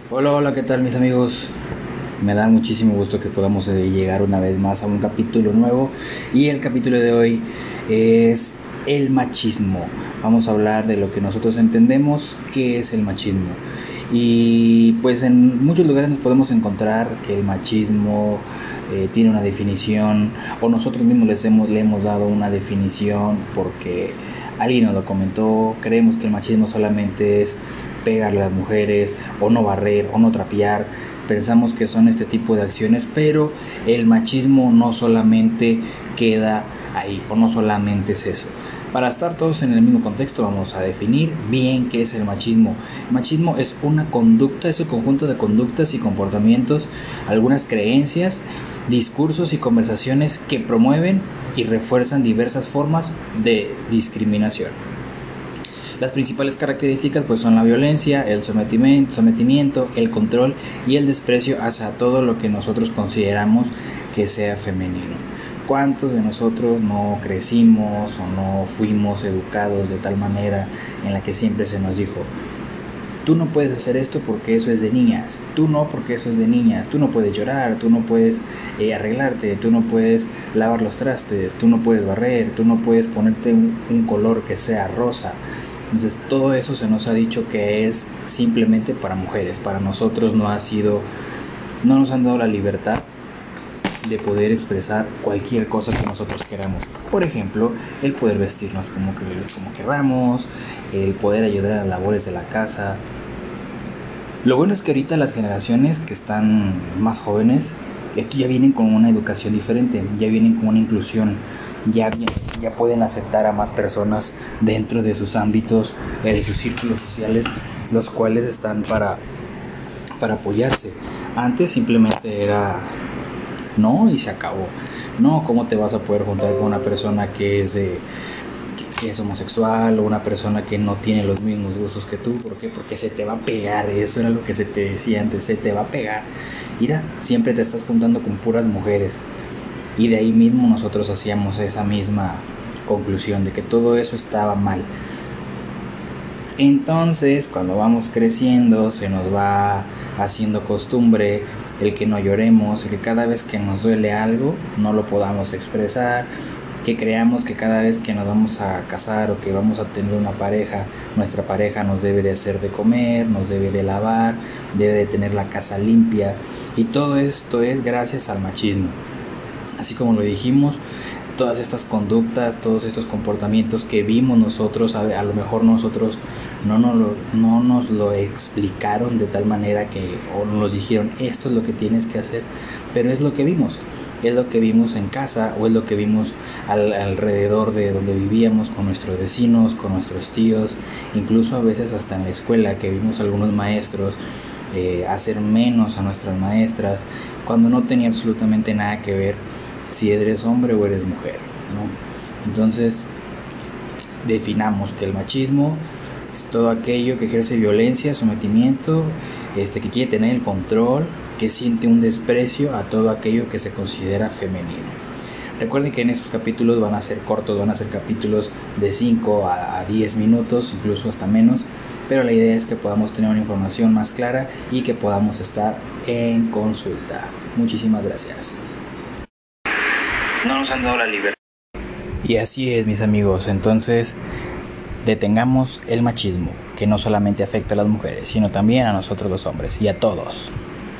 Hola, hola, ¿qué tal mis amigos? Me da muchísimo gusto que podamos llegar una vez más a un capítulo nuevo y el capítulo de hoy es el machismo. Vamos a hablar de lo que nosotros entendemos que es el machismo. Y pues en muchos lugares nos podemos encontrar que el machismo tiene una definición o nosotros mismos le hemos dado una definición porque alguien nos lo comentó. Creemos que el machismo solamente es pegarle a las mujeres o no barrer o no trapear. Pensamos que son este tipo de acciones, pero el machismo no solamente queda ahí o no solamente es eso. Para estar todos en el mismo contexto vamos a definir bien qué es el machismo. El machismo es una conducta, es el conjunto de conductas y comportamientos, algunas creencias, discursos y conversaciones que promueven y refuerzan diversas formas de discriminación. Las principales características pues son la violencia, el sometimiento, el control y el desprecio hacia todo lo que nosotros consideramos que sea femenino. ¿Cuántos de nosotros no crecimos o no fuimos educados de tal manera en la que siempre se nos dijo: tú no puedes hacer esto porque eso es de niñas, tú no porque eso es de niñas, tú no puedes llorar, tú no puedes arreglarte, tú no puedes lavar los trastes, tú no puedes barrer, tú no puedes ponerte un color que sea rosa? Entonces todo eso se nos ha dicho que es simplemente para mujeres. Para nosotros no nos han dado la libertad de poder expresar cualquier cosa que nosotros queramos. Por ejemplo, el poder vestirnos como queramos, el poder ayudar a las labores de la casa. Lo bueno es que ahorita las generaciones que están más jóvenes, esto ya vienen con una educación diferente, ya vienen con una inclusión, ya pueden aceptar a más personas dentro de sus ámbitos, de sus círculos sociales, los cuales están para apoyarse. Antes simplemente era no y se acabó. No, ¿cómo te vas a poder juntar con una persona que es homosexual o una persona que no tiene los mismos gustos que tú? ¿Por qué? Porque se te va a pegar. Eso era lo que se te decía antes, se te va a pegar. Mira, siempre te estás juntando con puras mujeres. Y de ahí mismo nosotros hacíamos esa misma conclusión de que todo eso estaba mal. Entonces, cuando vamos creciendo, se nos va haciendo costumbre el que no lloremos, el que cada vez que nos duele algo no lo podamos expresar, que creamos que cada vez que nos vamos a casar o que vamos a tener una pareja, nuestra pareja nos debe de hacer de comer, nos debe de lavar, debe de tener la casa limpia, y todo esto es gracias al machismo. Así como lo dijimos, todas estas conductas, todos estos comportamientos que vimos nosotros, a lo mejor nosotros no nos lo explicaron de tal manera que, o nos dijeron esto es lo que tienes que hacer, pero es lo que vimos. Es lo que vimos en casa o es lo que vimos alrededor de donde vivíamos, con nuestros vecinos, con nuestros tíos, incluso a veces hasta en la escuela, que vimos a algunos maestros hacer menos a nuestras maestras cuando no tenía absolutamente nada que ver si eres hombre o eres mujer, ¿no? Entonces definamos que el machismo es todo aquello que ejerce violencia, sometimiento, que quiere tener el control, que siente un desprecio a todo aquello que se considera femenino. Recuerden que en estos capítulos van a ser cortos, van a ser capítulos de 5 a 10 minutos, incluso hasta menos, pero la idea es que podamos tener una información más clara y que podamos estar en consulta. Muchísimas gracias. No nos han dado la libertad. Y así es, mis amigos. Entonces, detengamos el machismo, que no solamente afecta a las mujeres, sino también a nosotros los hombres y a todos.